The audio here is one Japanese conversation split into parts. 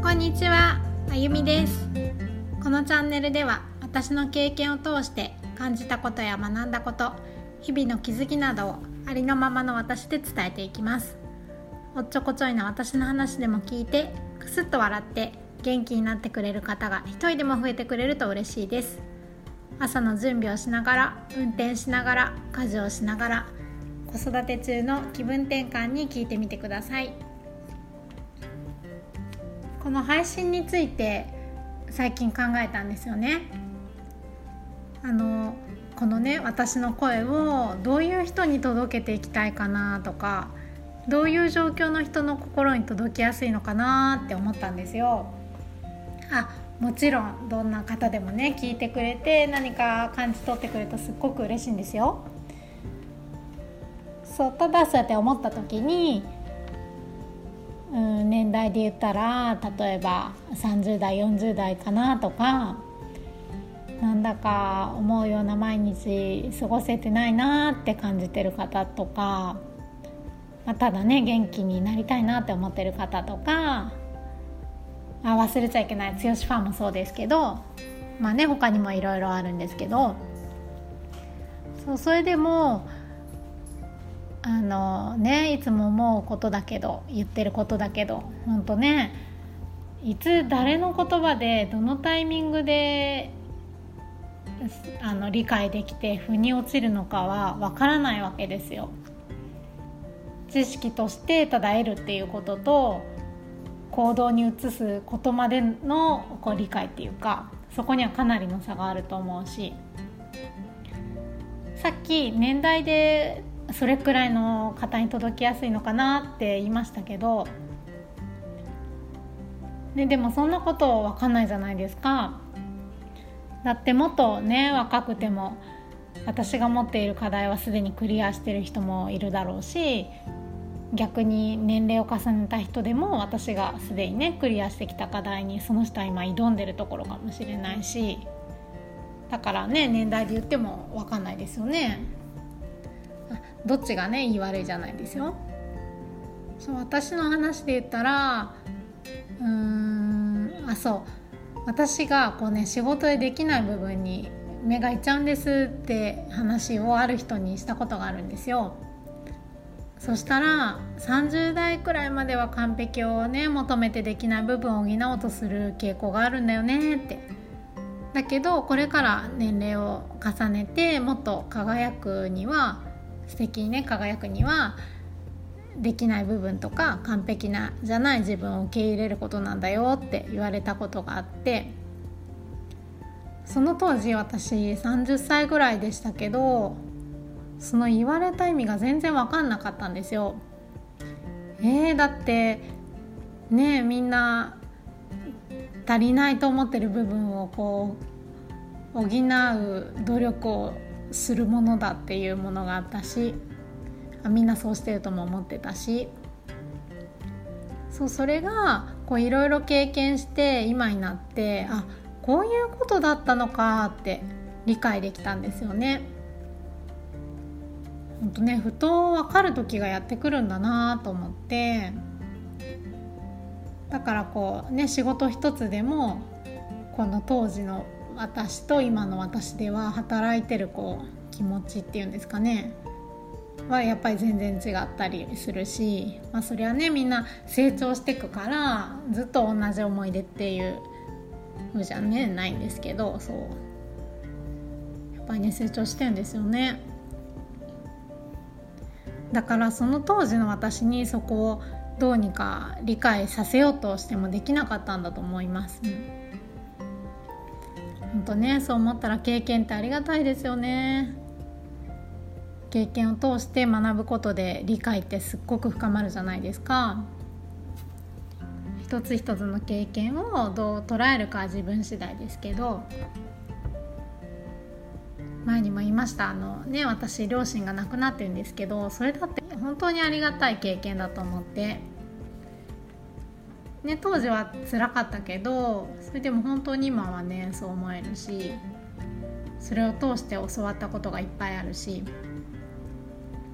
こんにちは、あゆみです。このチャンネルでは私の経験を通して感じたことや学んだこと、日々の気づきなどをありのままの私で伝えていきます。おっちょこちょいな私の話でも聞いてくすっと笑って元気になってくれる方が一人でも増えてくれると嬉しいです。朝の準備をしながら、運転しながら、家事をしながら、子育て中の気分転換に聞いてみてください。この配信について最近考えたんですよね。このね、私の声をどういう人に届けていきたいかなとか、どういう状況の人の心に届きやすいのかなって思ったんですよ。もちろんどんな方でもね、聞いてくれて何か感じ取ってくれるとすっごく嬉しいんですよ。ただそうやって思った時に、年代で言ったら例えば30代40代かなとか、なんだか思うような毎日過ごせてないなって感じてる方とか、ただね元気になりたいなって思ってる方とか、忘れちゃいけない剛ファンもそうですけど、他にもいろいろあるんですけど、それでもいつも思うことだけど、言ってることだけど、本当ね、いつ誰の言葉でどのタイミングで理解できて腑に落ちるのかはわからないわけですよ。知識としてただ得るっていうことと行動に移すことまでの理解っていうか、そこにはかなりの差があると思うし、さっき年代でそれくらいの方に届きやすいのかなって言いましたけど、でもそんなこと分かんないじゃないですか。だってもっとね若くても私が持っている課題はすでにクリアしてる人もいるだろうし、逆に年齢を重ねた人でも私がすでにねクリアしてきた課題にその人は今挑んでるところかもしれないし、だからね年代で言っても分かんないですよね。どっちがねいい悪いじゃないですよ。私の話で言ったら私が仕事でできない部分に目がいっちゃうんですって話をある人にしたことがあるんですよ。そしたら30代くらいまでは完璧をね求めてできない部分を補おうとする傾向があるんだよねって。だけどこれから年齢を重ねてもっと輝くには、素敵にね輝くにはできない部分とか完璧なじゃない自分を受け入れることなんだよって言われたことがあって、その当時私30歳ぐらいでしたけど、その言われた意味が全然分かんなかったんですよ。だってね、みんな足りないと思ってる部分を補う努力をするものだっていうものがあったし、みんなそうしてるとも思ってたし、それがいろいろ経験して今になって、こういうことだったのかって理解できたんですよね。本当ね、ふと分かる時がやってくるんだなと思って、だから仕事一つでもこの当時の私と今の私では働いてる気持ちっていうんですかねはやっぱり全然違ったりするし、それはねみんな成長していくからずっと同じ思い出っていう風じゃねないんですけど、やっぱりね成長してるんですよね。だからその当時の私にそこをどうにか理解させようとしてもできなかったんだと思います。本当ね、そう思ったら経験ってありがたいですよね。経験を通して学ぶことで理解ってすっごく深まるじゃないですか。一つ一つの経験をどう捉えるかは自分次第ですけど、前にも言いました、私両親が亡くなってるんですけど、それだって本当にありがたい経験だと思って、当時は辛かったけど、それでも本当に今はねそう思えるし、それを通して教わったことがいっぱいあるし、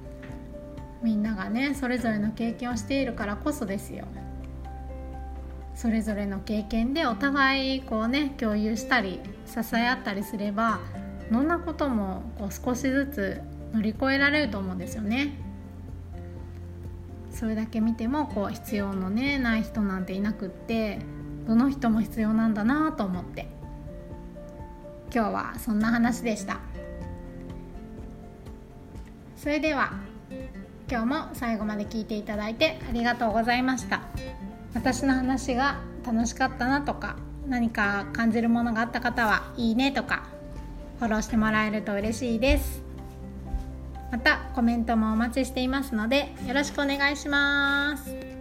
みんながねそれぞれの経験をしているからこそですよ。 それぞれの経験でお互い共有したり支え合ったりすれば、どんなことも少しずつ乗り越えられると思うんですよね。それだけ見ても必要のない人なんていなくって、どの人も必要なんだなと思って、今日はそんな話でした。それでは今日も最後まで聞いていただいてありがとうございました。私の話が楽しかったなとか、何か感じるものがあった方はいいねとかフォローしてもらえると嬉しいです。またコメントもお待ちしていますのでよろしくお願いします。